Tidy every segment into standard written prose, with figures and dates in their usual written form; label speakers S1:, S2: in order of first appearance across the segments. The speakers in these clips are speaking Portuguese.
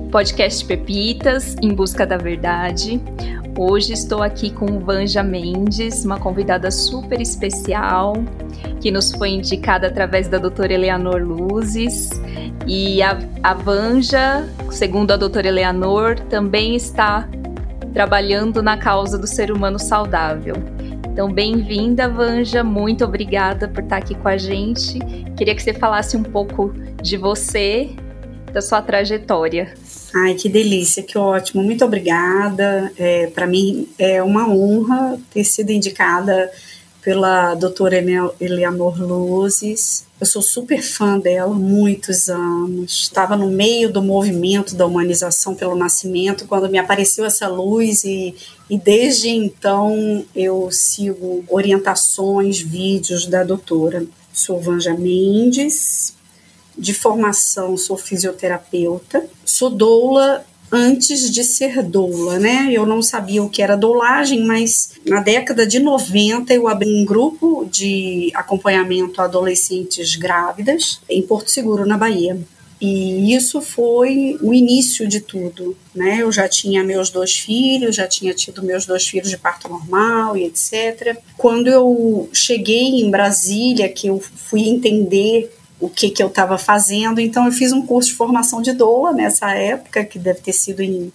S1: podcast Pepitas, em busca da verdade. Hoje estou aqui com Vanja Mendes, uma convidada super especial, que nos foi indicada através da doutora Eleanor Luzes. E a Vanja, segundo a doutora Eleanor, também está trabalhando na causa do ser humano saudável. Então, bem-vinda, Vanja, muito obrigada por estar aqui com a gente. Queria que você falasse um pouco de você, da sua trajetória.
S2: Ai, que delícia, que ótimo, muito obrigada. Para mim é uma honra ter sido indicada pela doutora Eleanor Luzes. Eu sou super fã dela, muitos anos. Estava no meio do movimento da humanização pelo nascimento, quando me apareceu essa luz e desde então eu sigo orientações, vídeos da doutora. Sou Vanja Mendes. De formação, sou fisioterapeuta, sou doula antes de ser doula, né? Eu não sabia o que era doulagem, mas na década de 90 eu abri um grupo de acompanhamento a adolescentes grávidas em Porto Seguro, na Bahia. E isso foi o início de tudo, né? Eu já tinha meus 2 filhos, já tinha tido meus 2 filhos de parto normal e etc. Quando eu cheguei em Brasília, que eu fui entender o que eu estava fazendo, então eu fiz um curso de formação de doula nessa época, que deve ter sido em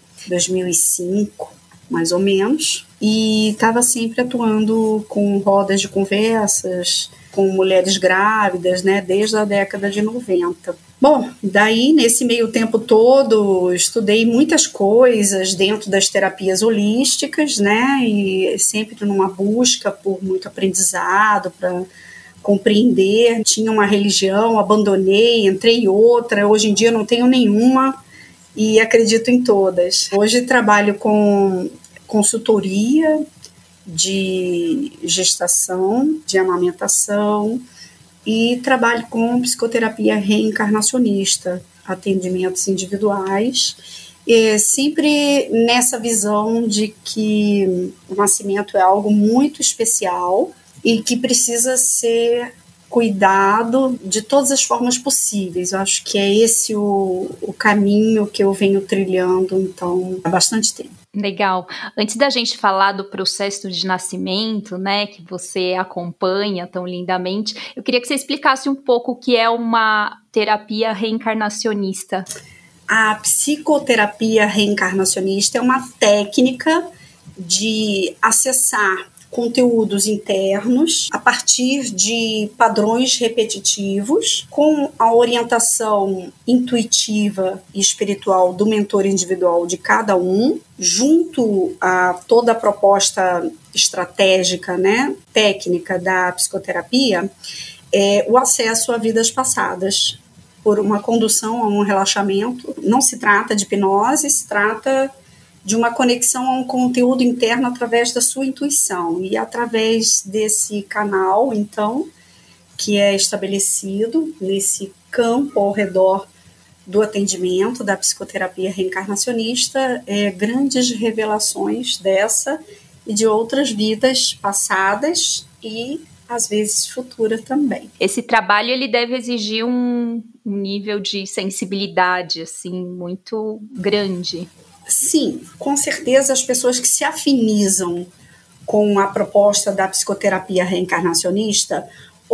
S2: 2005, mais ou menos, e estava sempre atuando com rodas de conversas com mulheres grávidas, né, desde a década de 90. Bom, daí nesse meio tempo todo estudei muitas coisas dentro das terapias holísticas, né, e sempre numa busca por muito aprendizado para compreender. Tinha uma religião, abandonei, entrei em outra, hoje em dia não tenho nenhuma e acredito em todas. Hoje trabalho com consultoria de gestação, de amamentação e trabalho com psicoterapia reencarnacionista, atendimentos individuais, sempre nessa visão de que o nascimento é algo muito especial e que precisa ser cuidado de todas as formas possíveis. Eu acho que é esse o caminho que eu venho trilhando, então, há bastante tempo.
S1: Legal. Antes da gente falar do processo de nascimento, né, que você acompanha tão lindamente, eu queria que você explicasse um pouco o que é uma terapia reencarnacionista.
S2: A psicoterapia reencarnacionista é uma técnica de acessar conteúdos internos a partir de padrões repetitivos, com a orientação intuitiva e espiritual do mentor individual de cada um, junto a toda a proposta estratégica, né, técnica da psicoterapia, o acesso a vidas passadas, por uma condução a um relaxamento. Não se trata de hipnose, se trata de uma conexão a um conteúdo interno através da sua intuição. E através desse canal, então, que é estabelecido nesse campo ao redor do atendimento da psicoterapia reencarnacionista, grandes revelações dessa e de outras vidas passadas e, às vezes, futuras também.
S1: Esse trabalho ele deve exigir um nível de sensibilidade assim, muito grande.
S2: Sim, com certeza as pessoas que se afinizam com a proposta da psicoterapia reencarnacionista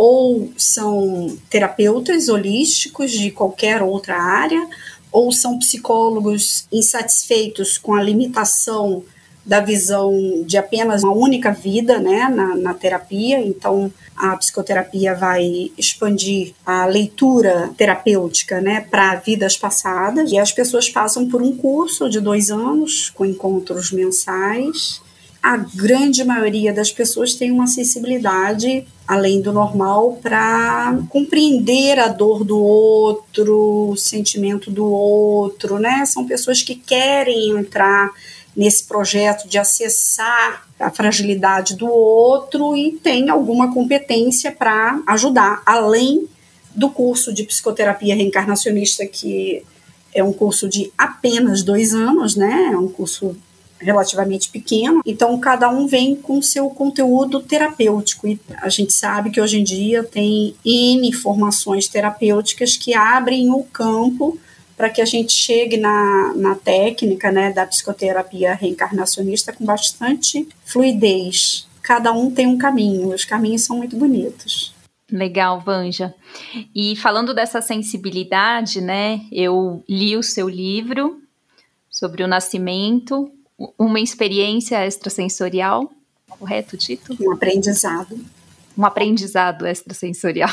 S2: ou são terapeutas holísticos de qualquer outra área, ou são psicólogos insatisfeitos com a limitação da visão de apenas uma única vida, né, na terapia. Então, a psicoterapia vai expandir a leitura terapêutica, né, para vidas passadas. E as pessoas passam por um curso de 2 anos, com encontros mensais. A grande maioria das pessoas tem uma sensibilidade além do normal para compreender a dor do outro, o sentimento do outro, né? São pessoas que querem entrar nesse projeto de acessar a fragilidade do outro e tem alguma competência para ajudar, além do curso de psicoterapia reencarnacionista, que é um curso de apenas 2 anos, né? É um curso relativamente pequeno, então cada um vem com seu conteúdo terapêutico, e a gente sabe que hoje em dia tem N formações terapêuticas que abrem o campo para que a gente chegue na técnica, né, da psicoterapia reencarnacionista com bastante fluidez. Cada um tem um caminho, os caminhos são muito bonitos.
S1: Legal, Vanja. E falando dessa sensibilidade, né, eu li o seu livro sobre o nascimento, uma experiência extrasensorial, correto o título?
S2: Um aprendizado.
S1: Um aprendizado extrasensorial.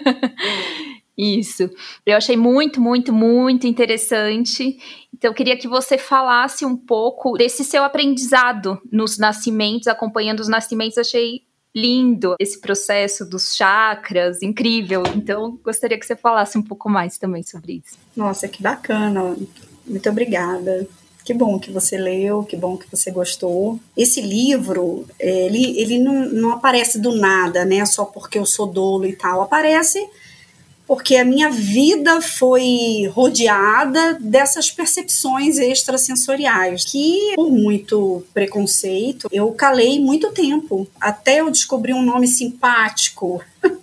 S1: Isso. Eu achei muito, muito, muito interessante. Então, eu queria que você falasse um pouco desse seu aprendizado nos nascimentos, acompanhando os nascimentos. Achei lindo esse processo dos chakras, incrível. Então, gostaria que você falasse um pouco mais também sobre isso.
S2: Nossa, que bacana. Muito obrigada. Que bom que você leu, que bom que você gostou. Esse livro, ele não aparece do nada, né? Só porque eu sou doula e tal. Aparece porque a minha vida foi rodeada dessas percepções extrasensoriais, que, por muito preconceito, eu calei muito tempo, até eu descobrir um nome simpático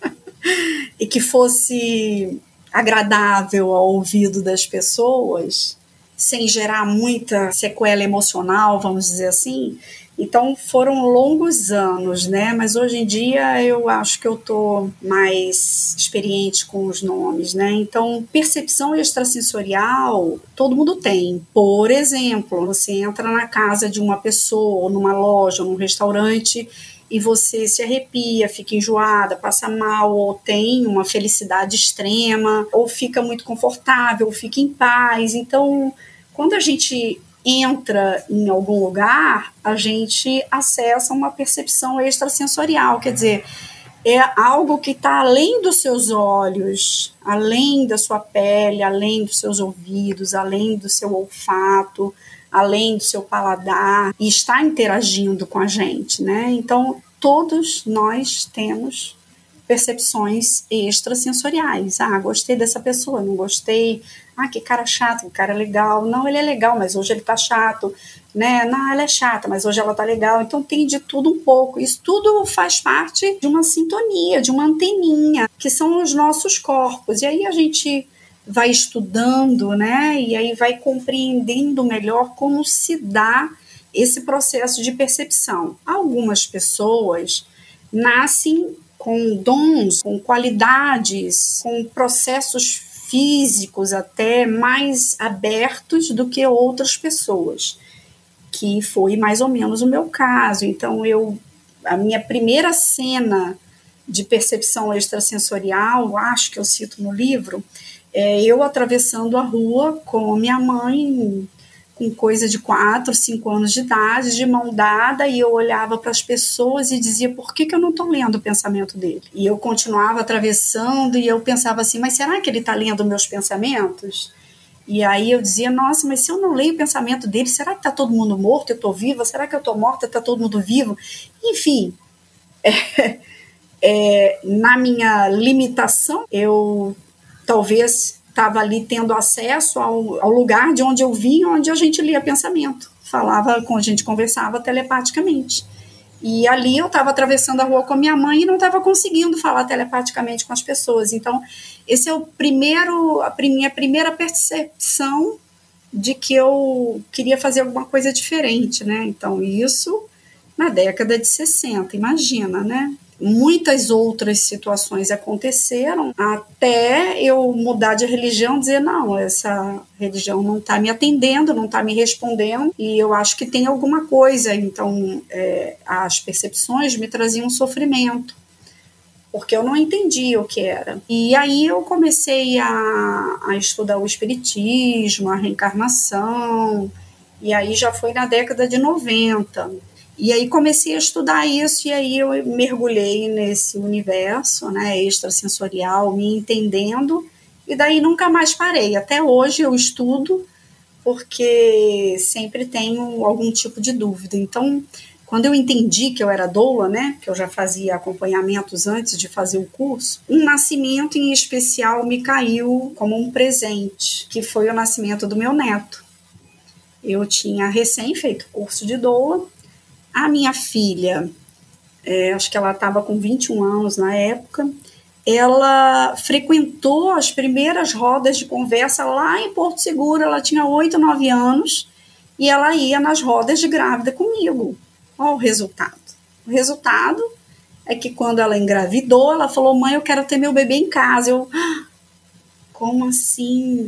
S2: e que fosse agradável ao ouvido das pessoas, sem gerar muita sequela emocional, vamos dizer assim. Então foram longos anos, né? Mas hoje em dia eu acho que eu tô mais experiente com os nomes, né? Então, percepção extrasensorial todo mundo tem. Por exemplo, você entra na casa de uma pessoa, ou numa loja, ou num restaurante, e você se arrepia, fica enjoada, passa mal, ou tem uma felicidade extrema, ou fica muito confortável, ou fica em paz. Então, quando a gente entra em algum lugar, a gente acessa uma percepção extrasensorial, quer dizer, é algo que está além dos seus olhos, além da sua pele, além dos seus ouvidos, além do seu olfato, além do seu paladar, e está interagindo com a gente, né? Então, todos nós temos percepções extrasensoriais. Ah, gostei dessa pessoa, não gostei. Ah, que cara chato, que cara legal. Não, ele é legal, mas hoje ele tá chato, né? Não, ela é chata, mas hoje ela tá legal. Então tem de tudo um pouco. Isso tudo faz parte de uma sintonia, de uma anteninha, que são os nossos corpos. E aí a gente vai estudando, né? E aí vai compreendendo melhor como se dá esse processo de percepção. Algumas pessoas nascem com dons, com qualidades, com processos físicos até mais abertos do que outras pessoas, que foi mais ou menos o meu caso. Então, a minha primeira cena de percepção extrasensorial, acho que eu cito no livro, é eu atravessando a rua com minha mãe, com coisa de 4, 5 anos de idade, de mão dada, e eu olhava para as pessoas e dizia, por que eu não estou lendo o pensamento dele? E eu continuava atravessando e eu pensava assim, mas será que ele está lendo meus pensamentos? E aí eu dizia, nossa, mas se eu não leio o pensamento dele, será que está todo mundo morto, eu estou viva? Será que eu estou morta, está todo mundo vivo? Enfim, na minha limitação, eu talvez estava ali tendo acesso ao lugar de onde eu vim, onde a gente lia pensamento. A gente conversava telepaticamente. E ali eu estava atravessando a rua com a minha mãe e não estava conseguindo falar telepaticamente com as pessoas. Então, esse é a minha primeira percepção de que eu queria fazer alguma coisa diferente, né? Então, isso na década de 60, imagina, né? Muitas outras situações aconteceram até eu mudar de religião, dizer, não, essa religião não está me atendendo, não está me respondendo, e eu acho que tem alguma coisa. Então, as percepções me traziam sofrimento, porque eu não entendia o que era. E aí eu comecei a estudar o espiritismo, a reencarnação, e aí já foi na década de 90. E aí comecei a estudar isso, e aí eu mergulhei nesse universo, né, extrasensorial, me entendendo, e daí nunca mais parei. Até hoje eu estudo, porque sempre tenho algum tipo de dúvida. Então, quando eu entendi que eu era doula, né, que eu já fazia acompanhamentos antes de fazer o curso, um nascimento em especial me caiu como um presente, que foi o nascimento do meu neto. Eu tinha recém feito o curso de doula. A minha filha, acho que ela estava com 21 anos na época, ela frequentou as primeiras rodas de conversa lá em Porto Seguro. Ela tinha 8, 9 anos e ela ia nas rodas de grávida comigo. Olha o resultado. O resultado é que quando ela engravidou, ela falou: mãe, eu quero ter meu bebê em casa. Eu, como assim?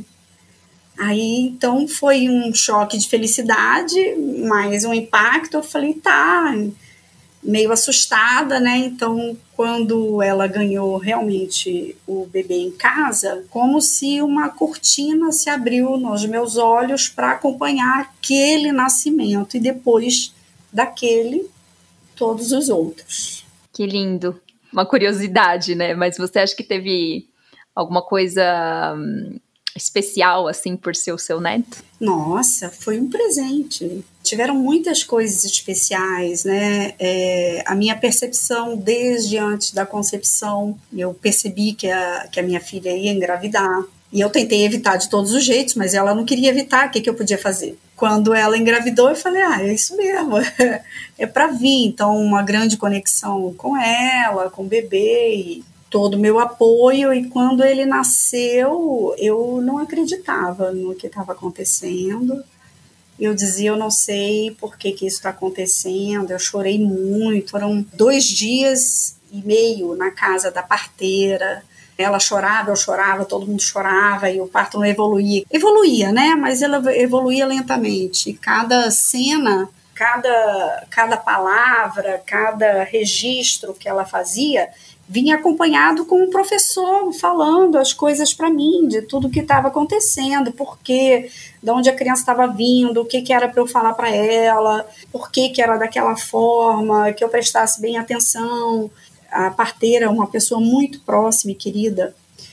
S2: Aí, então, foi um choque de felicidade, mais um impacto. Eu falei, tá, meio assustada, né? Então, quando ela ganhou realmente o bebê em casa, como se uma cortina se abriu nos meus olhos para acompanhar aquele nascimento e depois daquele, todos os outros.
S1: Que lindo. Uma curiosidade, né? Mas você acha que teve alguma coisa especial, assim, por ser o seu neto?
S2: Nossa, foi um presente. Tiveram muitas coisas especiais, né? A minha percepção desde antes da concepção, eu percebi que a minha filha ia engravidar. E eu tentei evitar de todos os jeitos, mas ela não queria evitar. O que eu podia fazer? Quando ela engravidou, eu falei, é isso mesmo, é para vir. Então, uma grande conexão com ela, com o bebê, e todo o meu apoio. E quando ele nasceu, eu não acreditava no que estava acontecendo. Eu dizia, eu não sei por que isso está acontecendo. Eu chorei muito. Foram 2 dias e meio na casa da parteira. Ela chorava, eu chorava, todo mundo chorava e o parto não evoluía. Evoluía, né? Mas ela evoluía lentamente. Cada cena, cada palavra, cada registro que ela fazia vinha acompanhado com um professor falando as coisas para mim, de tudo que estava acontecendo, porque, de onde a criança estava vindo, o que era para eu falar para ela, por que era daquela forma, que eu prestasse bem atenção. A parteira, uma pessoa muito próxima e querida,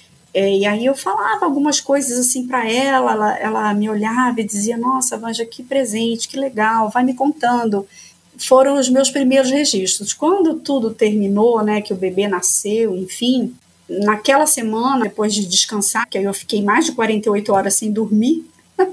S2: e aí eu falava algumas coisas assim para ela me olhava e dizia, nossa, Vanja, que presente, que legal, vai me contando. Foram os meus primeiros registros. Quando tudo terminou, né, que o bebê nasceu, enfim, naquela semana, depois de descansar, que aí eu fiquei mais de 48 horas sem dormir,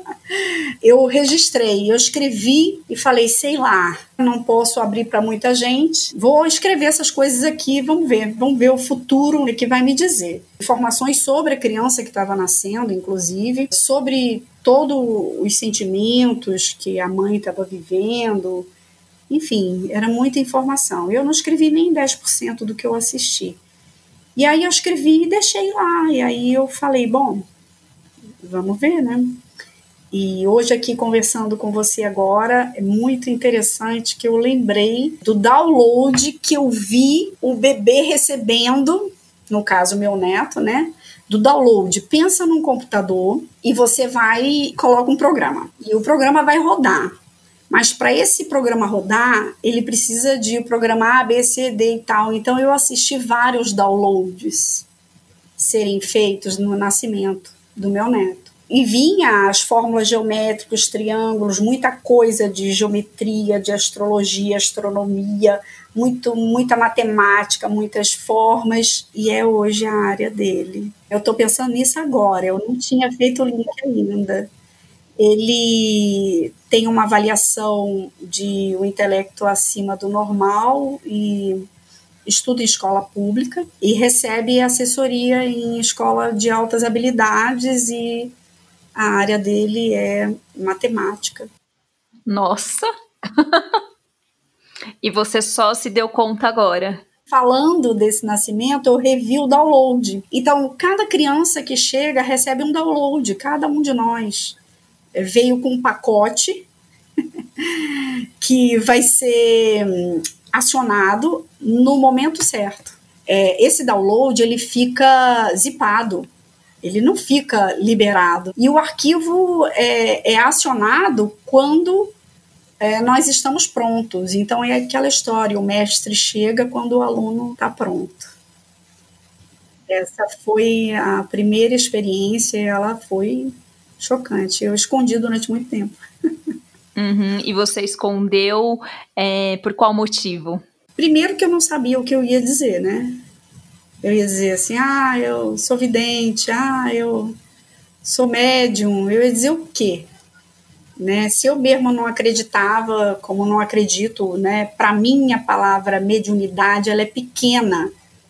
S2: eu registrei, eu escrevi e falei, sei lá, não posso abrir para muita gente, vou escrever essas coisas aqui, vamos ver o futuro que vai me dizer. Informações sobre a criança que estava nascendo, inclusive, sobre todos os sentimentos que a mãe estava vivendo, enfim, era muita informação. Eu não escrevi nem 10% do que eu assisti. E aí eu escrevi e deixei lá, e aí eu falei, bom, vamos ver, né? E hoje aqui conversando com você agora, é muito interessante que eu lembrei do download que eu vi o bebê recebendo, no caso meu neto, né? Do download. Pensa num computador e você vai e coloca um programa. E o programa vai rodar. Mas para esse programa rodar, ele precisa de programa A, B, C, D e tal. Então eu assisti vários downloads serem feitos no nascimento do meu neto. E vinha as fórmulas geométricas, triângulos, muita coisa de geometria, de astrologia, astronomia, muita matemática, muitas formas, e é hoje a área dele. Eu estou pensando nisso agora, eu não tinha feito o link ainda. Ele tem uma avaliação de um intelecto acima do normal e estuda em escola pública e recebe assessoria em escola de altas habilidades e a área dele é matemática.
S1: Nossa! E você só se deu conta agora?
S2: Falando desse nascimento, eu revi o download. Então, cada criança que chega recebe um download, cada um de nós. Veio com um pacote que vai ser acionado no momento certo. Esse download, ele fica zipado. Ele não fica liberado. E o arquivo é acionado quando nós estamos prontos. Então, é aquela história, o mestre chega quando o aluno está pronto. Essa foi a primeira experiência e ela foi chocante. Eu escondi durante muito tempo.
S1: Uhum. E você escondeu por qual motivo?
S2: Primeiro que eu não sabia o que eu ia dizer, né? Eu ia dizer assim, eu sou vidente, eu sou médium. Eu ia dizer o quê? Né? Se eu mesmo não acreditava, como não acredito, né? Para mim a palavra mediunidade ela é pequena,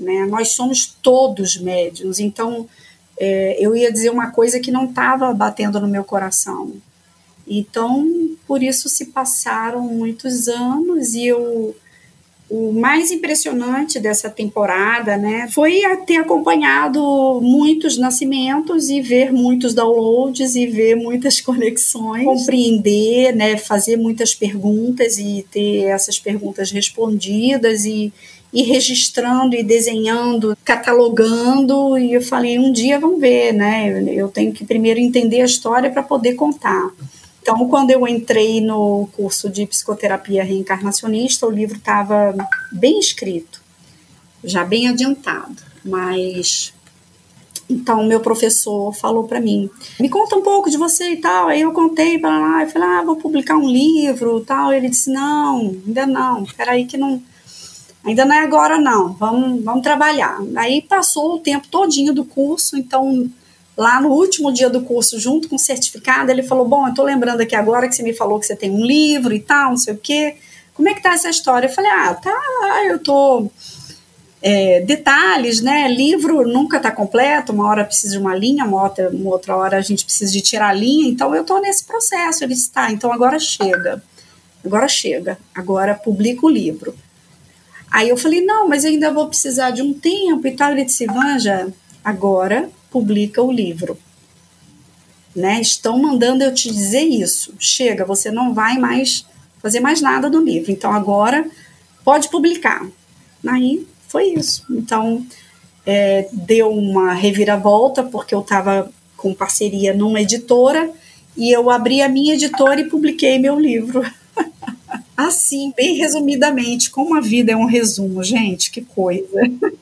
S2: né? Nós somos todos médiuns, então eu ia dizer uma coisa que não estava batendo no meu coração. Então, por isso se passaram muitos anos e o mais impressionante dessa temporada, né, foi ter acompanhado muitos nascimentos e ver muitos downloads e ver muitas conexões, compreender, né, fazer muitas perguntas e ter essas perguntas respondidas e registrando e desenhando, catalogando, e eu falei, um dia vamos ver, né, eu tenho que primeiro entender a história para poder contar. Então, quando eu entrei no curso de psicoterapia reencarnacionista, o livro estava bem escrito, já bem adiantado, mas então meu professor falou para mim, me conta um pouco de você e tal, aí eu contei para lá, eu falei, vou publicar um livro e tal, ele disse, não, ainda não, peraí que não, ainda não é agora não, vamos trabalhar. Aí passou o tempo todinho do curso, então lá no último dia do curso, junto com o certificado, ele falou, bom, eu tô lembrando aqui agora que você me falou que você tem um livro e tal, não sei o quê, como é que tá essa história? Eu falei, eu tô... detalhes, né, livro nunca tá completo, uma hora precisa de uma linha, uma outra hora a gente precisa de tirar a linha, então eu tô nesse processo. Ele disse, então agora chega, agora publica o livro. Aí eu falei, não, mas eu ainda vou precisar de um tempo e tal. Ele disse, Vanja, agora publica o livro, né? Estão mandando eu te dizer isso. Chega, você não vai mais fazer mais nada do livro. Então agora pode publicar. Aí foi isso. Então deu uma reviravolta porque eu estava com parceria numa editora e eu abri a minha editora e publiquei meu livro. Assim, bem resumidamente, como a vida é um resumo, gente, que coisa.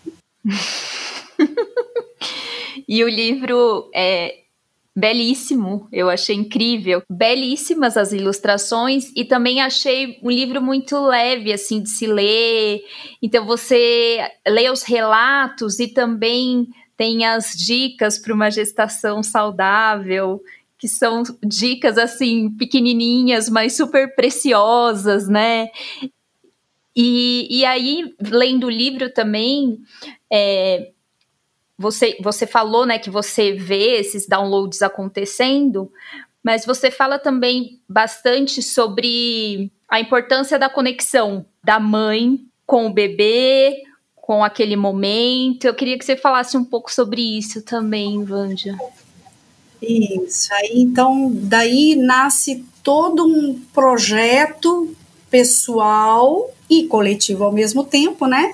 S1: E o livro é belíssimo, eu achei incrível. Belíssimas as ilustrações e também achei um livro muito leve, assim, de se ler. Então você lê os relatos e também tem as dicas para uma gestação saudável, que são dicas, assim, pequenininhas, mas super preciosas, né? E aí, lendo o livro também... Você falou, né, que você vê esses downloads acontecendo, mas você fala também bastante sobre a importância da conexão da mãe com o bebê, com aquele momento. Eu queria que você falasse um pouco sobre isso também, Vanja.
S2: Isso, aí então daí nasce todo um projeto pessoal e coletivo ao mesmo tempo, né?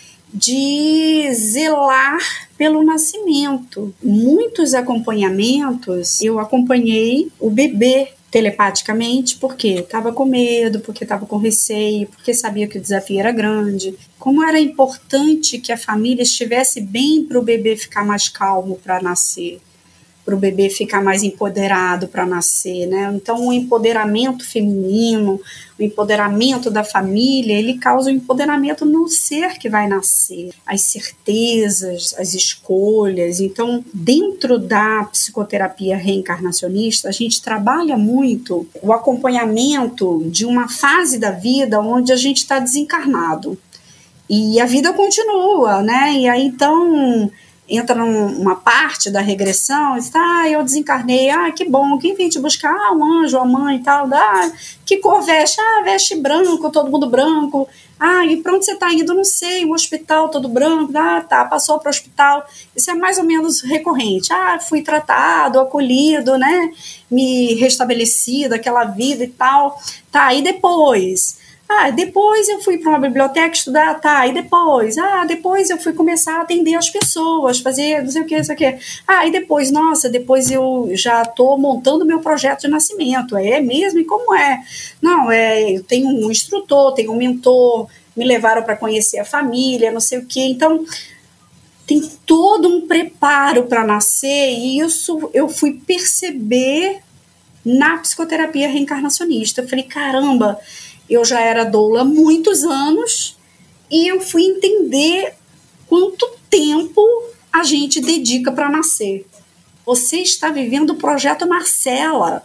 S2: De zelar pelo nascimento. Muitos acompanhamentos, eu acompanhei o bebê telepaticamente, porque estava com medo, porque estava com receio, porque sabia que o desafio era grande. Como era importante que a família estivesse bem para o bebê ficar mais calmo para nascer, para o bebê ficar mais empoderado para nascer, né? Então, o empoderamento feminino, o empoderamento da família, ele causa um empoderamento no ser que vai nascer, as certezas, as escolhas. Então, dentro da psicoterapia reencarnacionista, a gente trabalha muito o acompanhamento de uma fase da vida onde a gente está desencarnado. E a vida continua, né? E aí, então... entra numa parte da regressão, diz, eu desencarnei, que bom, quem vem te buscar? Um anjo, a mãe e tal, que cor veste? Veste branco, todo mundo branco, e pra onde você tá indo? Não sei, um hospital todo branco, passou para o hospital, isso é mais ou menos recorrente, fui tratado, acolhido, né, me restabeleci daquela vida e tal, e depois... depois eu fui para uma biblioteca estudar, e depois? Depois eu fui começar a atender as pessoas, fazer não sei o que, e depois, depois eu já estou montando meu projeto de nascimento, é mesmo? E como é? Não, eu tenho um instrutor, tenho um mentor, me levaram para conhecer a família, não sei o que, então tem todo um preparo para nascer, e isso eu fui perceber na psicoterapia reencarnacionista. Eu falei, caramba, eu já era doula há muitos anos e eu fui entender quanto tempo a gente dedica para nascer. Você está vivendo o projeto Marcela.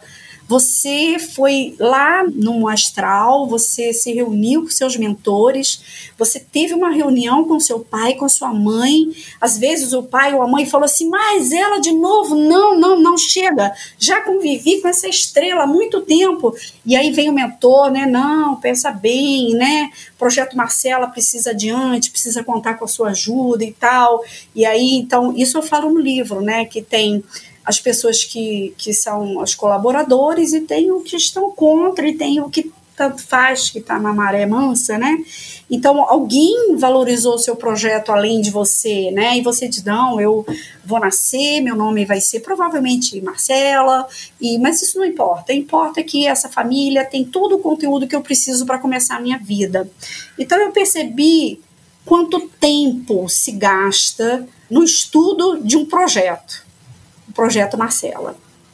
S2: Você foi lá no astral, você se reuniu com seus mentores, você teve uma reunião com seu pai, com sua mãe. Às vezes o pai ou a mãe falou assim, mas ela de novo, não, chega. Já convivi com essa estrela há muito tempo. E aí vem o mentor, né? Não, pensa bem, né? O Projeto Marcela precisa adiante, precisa contar com a sua ajuda e tal. E aí, então, isso eu falo no livro, né? Que tem as pessoas que são os colaboradores e tem o que estão contra e tem o que tanto faz, que está na maré mansa, né? Então, alguém valorizou o seu projeto além de você, né? E você diz, não, eu vou nascer, meu nome vai ser provavelmente Marcela, mas isso não importa. Importa que essa família tem todo o conteúdo que eu preciso para começar a minha vida. Então, eu percebi quanto tempo se gasta no estudo de um projeto. Projeto Marcela.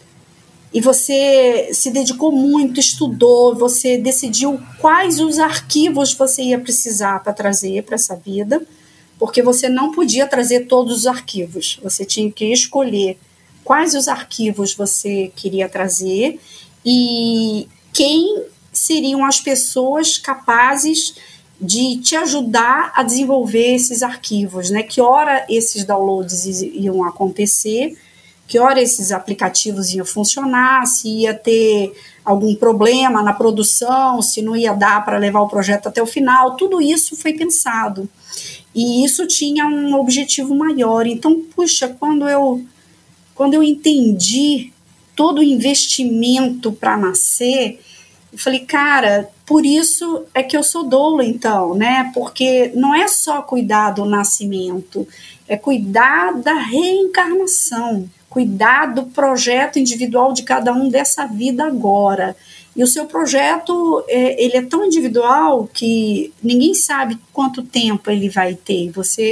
S2: E você se dedicou muito, estudou, você decidiu quais os arquivos você ia precisar para trazer para essa vida, porque você não podia trazer todos os arquivos. Você tinha que escolher quais os arquivos você queria trazer e quem seriam as pessoas capazes de te ajudar a desenvolver esses arquivos, né? Que hora esses downloads iam acontecer, que hora esses aplicativos iam funcionar, se ia ter algum problema na produção, se não ia dar para levar o projeto até o final, tudo isso foi pensado. E isso tinha um objetivo maior. Então, puxa, quando eu entendi todo o investimento para nascer, eu falei, cara, por isso é que eu sou doula, então, né? Porque não é só cuidar do nascimento, é cuidar da reencarnação, cuidar do projeto individual de cada um dessa vida agora. E o seu projeto, ele é tão individual que ninguém sabe quanto tempo ele vai ter.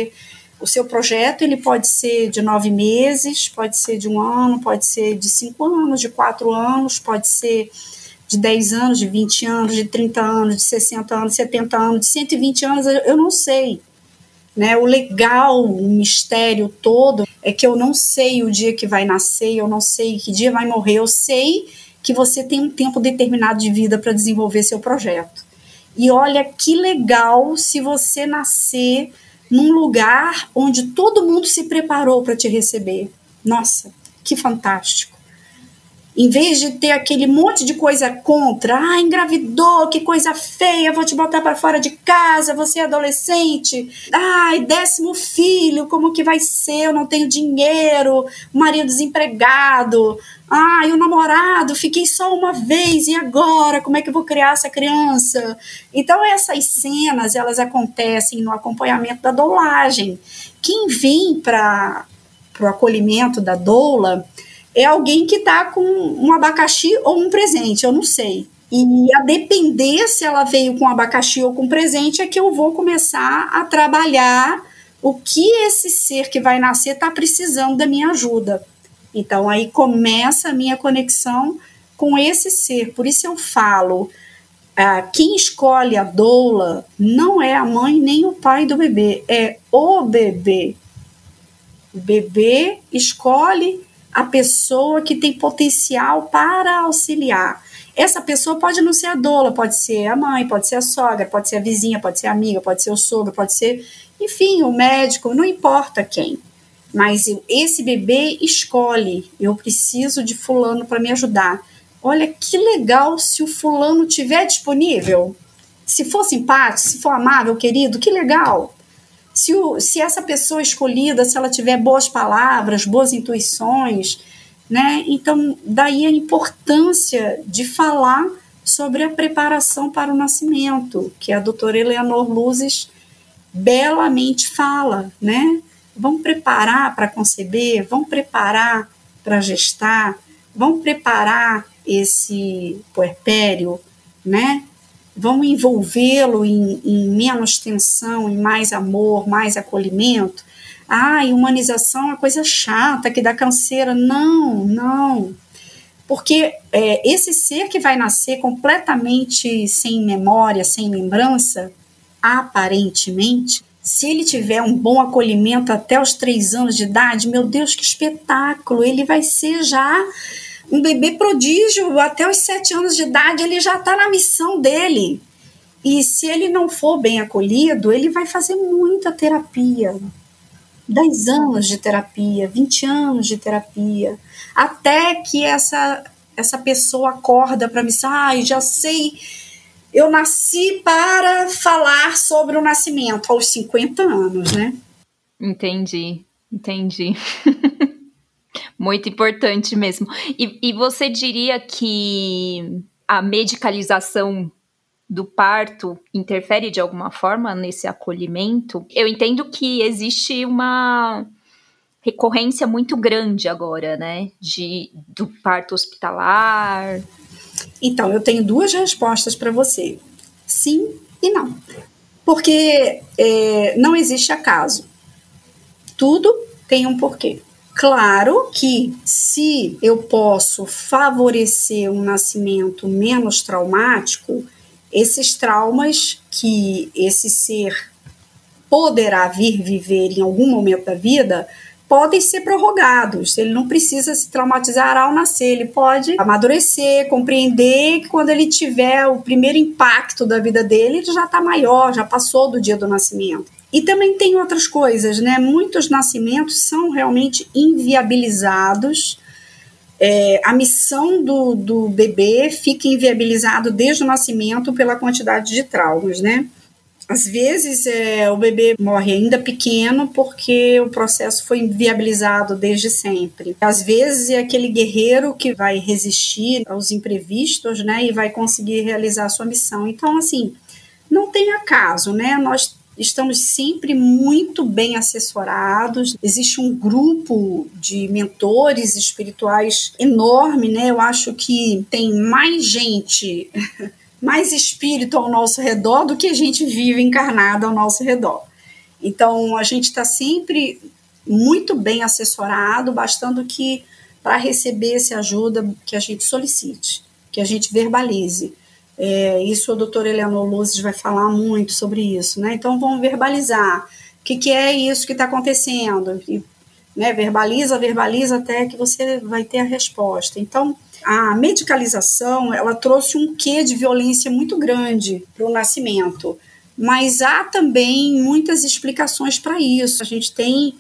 S2: O seu projeto, ele pode ser de 9 meses, pode ser de 1 ano, pode ser de 5 anos, de 4 anos, pode ser de 10 anos, de 20 anos, de 30 anos, de 60 anos, de 70 anos, de 120 anos, eu não sei. Né? O legal, o mistério todo é que eu não sei o dia que vai nascer, eu não sei que dia vai morrer, eu sei que você tem um tempo determinado de vida para desenvolver seu projeto. E olha que legal se você nascer num lugar onde todo mundo se preparou para te receber. Nossa, que fantástico. Em vez de ter aquele monte de coisa contra, engravidou, que coisa feia, vou te botar para fora de casa, você é adolescente, 10º filho, como que vai ser, eu não tenho dinheiro, o marido desempregado, o namorado, fiquei só uma vez, e agora, como é que eu vou criar essa criança? Então essas cenas, elas acontecem no acompanhamento da doulagem. Quem vem para o acolhimento da doula é alguém que está com um abacaxi ou um presente, eu não sei. E a depender se ela veio com abacaxi ou com presente é que eu vou começar a trabalhar o que esse ser que vai nascer está precisando da minha ajuda. Então, aí começa a minha conexão com esse ser. Por isso eu falo, quem escolhe a doula não é a mãe nem o pai do bebê, é o bebê. O bebê escolhe a pessoa que tem potencial para auxiliar. Essa pessoa pode não ser a doula, pode ser a mãe, pode ser a sogra, pode ser a vizinha, pode ser a amiga, pode ser o sogro, pode ser, enfim, o médico, não importa quem. Mas esse bebê escolhe, eu preciso de fulano para me ajudar. Olha que legal se o fulano estiver disponível. Se for simpático, se for amável, querido, que legal. Se essa pessoa escolhida, se ela tiver boas palavras, boas intuições, né? Então, daí a importância de falar sobre a preparação para o nascimento, que a doutora Eleanor Luzes belamente fala, né? Vamos preparar para conceber, vamos preparar para gestar, vamos preparar esse puerpério, né? Vamos envolvê-lo em menos tensão, em mais amor, mais acolhimento. E humanização é uma coisa chata, que dá canseira. Não. Porque esse ser que vai nascer completamente sem memória, sem lembrança, aparentemente, se ele tiver um bom acolhimento até os 3 anos de idade, meu Deus, que espetáculo! Ele vai ser já Um bebê prodígio, até os 7 anos de idade, ele já está na missão dele. E se ele não for bem acolhido, ele vai fazer muita terapia. 10 anos de terapia, 20 anos de terapia, até que essa pessoa acorda para a missão. Já sei, eu nasci para falar sobre o nascimento aos 50 anos, né?
S1: Entendi. Muito importante mesmo. E você diria que a medicalização do parto interfere de alguma forma nesse acolhimento? Eu entendo que existe uma recorrência muito grande agora, né, do parto hospitalar.
S2: Então, eu tenho 2 respostas para você. Sim e não. Porque não existe acaso. Tudo tem um porquê. Claro que se eu posso favorecer um nascimento menos traumático, esses traumas que esse ser poderá vir viver em algum momento da vida podem ser prorrogados. Ele não precisa se traumatizar ao nascer, ele pode amadurecer, compreender que quando ele tiver o primeiro impacto da vida dele, ele já está maior, já passou do dia do nascimento. E também tem outras coisas, né? Muitos nascimentos são realmente inviabilizados. A missão do bebê fica inviabilizado desde o nascimento pela quantidade de traumas, né? Às vezes o bebê morre ainda pequeno porque o processo foi inviabilizado desde sempre. Às vezes é aquele guerreiro que vai resistir aos imprevistos, né? E vai conseguir realizar a sua missão. Então, assim, não tem acaso, né? Nós estamos sempre muito bem assessorados. Existe um grupo de mentores espirituais enorme, né? Eu acho que tem mais gente, mais espírito ao nosso redor do que gente vive encarnada ao nosso redor. Então, a gente está sempre muito bem assessorado, bastando que para receber essa ajuda que a gente solicite, que a gente verbalize. Isso a doutora Eleanor Luzes vai falar muito sobre isso, né? Então vamos verbalizar o que é isso que está acontecendo, e, né, verbaliza até que você vai ter a resposta. Então a medicalização, ela trouxe um quê de violência muito grande para o nascimento, mas há também muitas explicações para isso. A gente tem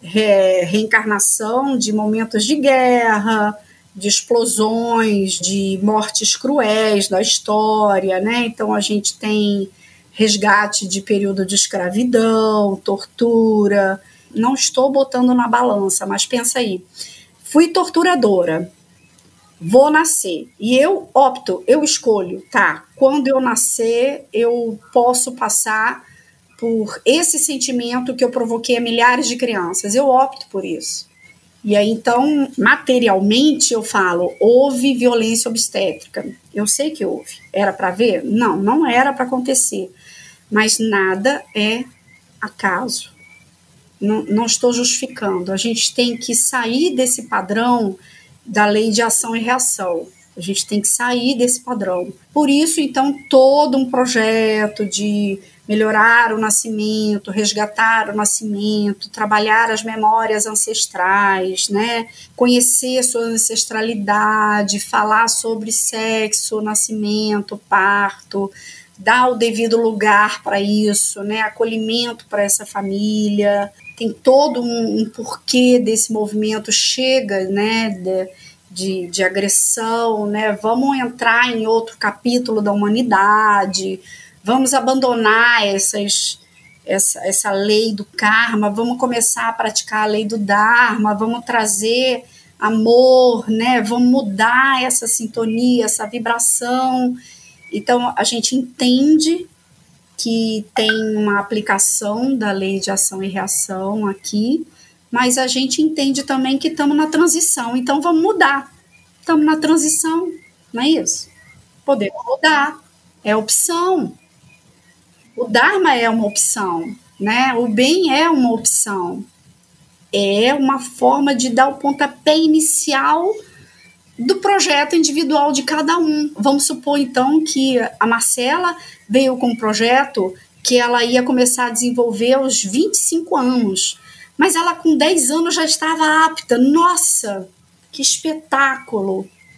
S2: reencarnação de momentos de guerra, de explosões, de mortes cruéis da história, né? Então a gente tem resgate de período de escravidão, tortura. Não estou botando na balança, mas pensa aí. Fui torturadora, vou nascer e eu opto, eu escolho, tá? Quando eu nascer, eu posso passar por esse sentimento que eu provoquei a milhares de crianças. Eu opto por isso. E aí, então, materialmente, eu falo, houve violência obstétrica. Eu sei que houve. Era para ver? Não, não era para acontecer. Mas nada é acaso. Não estou justificando. A gente tem que sair desse padrão da lei de ação e reação. A gente tem que sair desse padrão. Por isso, então, todo um projeto de melhorar o nascimento, resgatar o nascimento, trabalhar as memórias ancestrais, né? Conhecer sua ancestralidade, falar sobre sexo, nascimento, parto, dar o devido lugar para isso, né? Acolhimento para essa família. Tem todo um porquê desse movimento chega, né? De agressão, né? Vamos entrar em outro capítulo da humanidade. Vamos abandonar essa lei do karma, vamos começar a praticar a lei do dharma, vamos trazer amor, né? Vamos mudar essa sintonia, essa vibração. Então, a gente entende que tem uma aplicação da lei de ação e reação aqui, mas a gente entende também que estamos na transição, então vamos mudar. Estamos na transição, não é isso? Podemos mudar, é opção. O Dharma é uma opção, né? O bem é uma opção. É uma forma de dar o pontapé inicial do projeto individual de cada um. Vamos supor, então, que a Marcela veio com um projeto que ela ia começar a desenvolver aos 25 anos, mas ela com 10 anos já estava apta. Nossa, que espetáculo!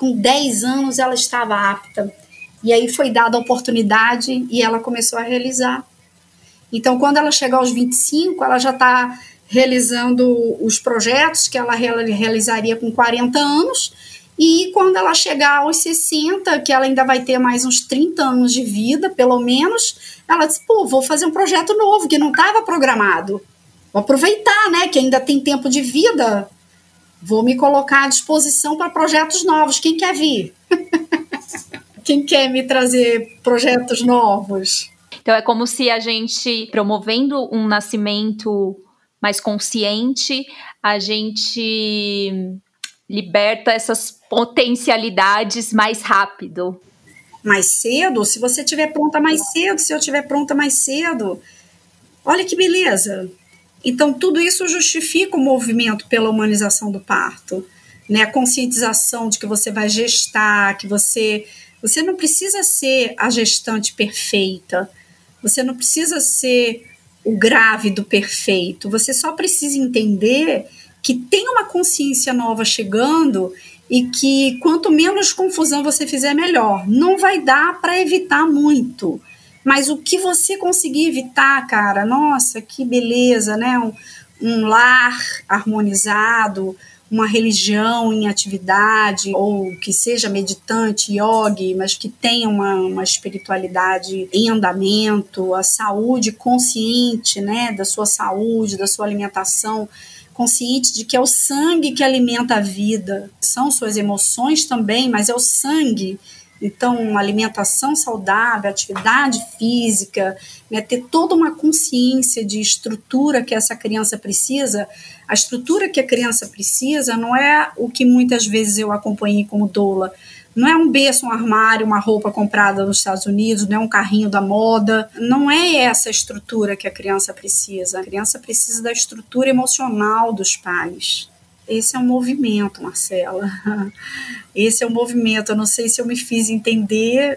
S2: com 10 anos ela estava apta. E aí foi dada a oportunidade e ela começou a realizar. Então, quando ela chegar aos 25, ela já está realizando os projetos que ela realizaria com 40 anos. E quando ela chegar aos 60, que ela ainda vai ter mais uns 30 anos de vida, pelo menos, ela disse, vou fazer um projeto novo, que não estava programado. Vou aproveitar, né, que ainda tem tempo de vida. Vou me colocar à disposição para projetos novos. Quem quer vir? Quem quer me trazer projetos novos?
S1: Então, é como se a gente, promovendo um nascimento mais consciente, a gente liberta essas potencialidades mais rápido.
S2: Mais cedo? Se você estiver pronta mais cedo, se eu estiver pronta mais cedo. Olha que beleza! Então, tudo isso justifica o movimento pela humanização do parto, né? A conscientização de que você vai gestar, que você não precisa ser a gestante perfeita, você não precisa ser o grávido perfeito, você só precisa entender que tem uma consciência nova chegando e que quanto menos confusão você fizer, melhor. Não vai dar para evitar muito, mas o que você conseguir evitar, cara, nossa, que beleza, né? Um lar harmonizado, uma religião em atividade, ou que seja meditante, yogi, mas que tenha uma espiritualidade em andamento, a saúde consciente, né, da sua saúde, da sua alimentação, consciente de que é o sangue que alimenta a vida. São suas emoções também, mas é o sangue. Então, uma alimentação saudável, atividade física, né, ter toda uma consciência de estrutura que essa criança precisa. A estrutura que a criança precisa não é o que muitas vezes eu acompanhei como doula. Não é um berço, um armário, uma roupa comprada nos Estados Unidos, não é um carrinho da moda. Não é essa estrutura que a criança precisa. A criança precisa da estrutura emocional dos pais. Esse é um movimento, Marcela. Esse é um movimento. Eu não sei se eu me fiz entender,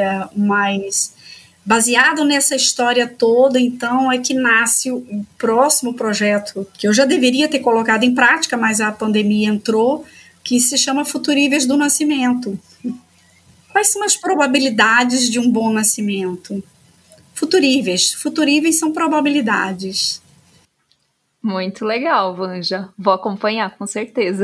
S2: mas baseado nessa história toda, então, é que nasce o próximo projeto, que eu já deveria ter colocado em prática, mas a pandemia entrou, que se chama Futuríveis do Nascimento. Quais são as probabilidades de um bom nascimento? Futuríveis. Futuríveis são probabilidades.
S1: Muito legal, Vanja. Vou acompanhar, com certeza.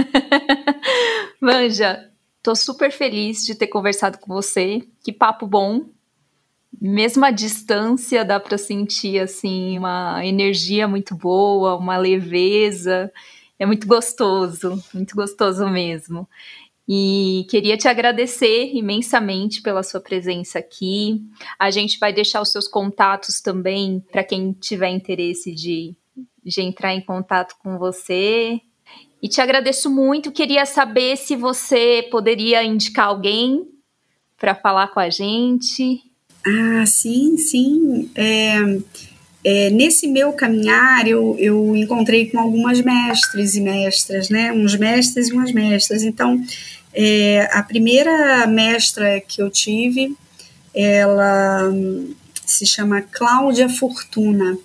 S1: Vanja, tô super feliz de ter conversado com você. Que papo bom. Mesmo à distância, dá para sentir assim, uma energia muito boa, uma leveza. É muito gostoso mesmo. E queria te agradecer imensamente pela sua presença aqui. A gente vai deixar os seus contatos também para quem tiver interesse de entrar em contato com você. E te agradeço muito. Queria saber se você poderia indicar alguém para falar com a gente.
S2: Ah, sim. Nesse meu caminhar, eu encontrei com algumas mestres e mestras, né? Uns mestres e umas mestras. Então, a primeira mestra que eu tive, ela se chama Cláudia Fortuna.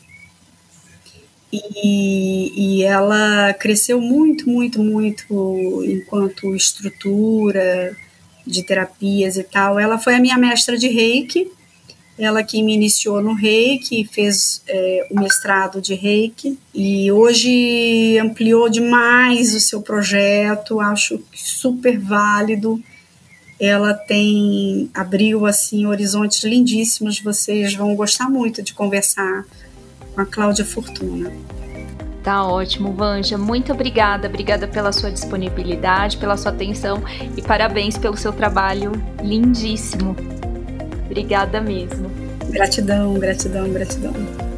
S2: E ela cresceu muito enquanto estrutura de terapias e tal. Ela foi a minha mestra de Reiki, ela que me iniciou no Reiki, fez o mestrado de Reiki e hoje ampliou demais o seu projeto, acho super válido. Ela abriu assim, horizontes lindíssimos, vocês vão gostar muito de conversar com a Cláudia Fortuna.
S1: Tá ótimo, Vanja. Muito obrigada pela sua disponibilidade, pela sua atenção e parabéns pelo seu trabalho lindíssimo. Obrigada mesmo.
S2: Gratidão.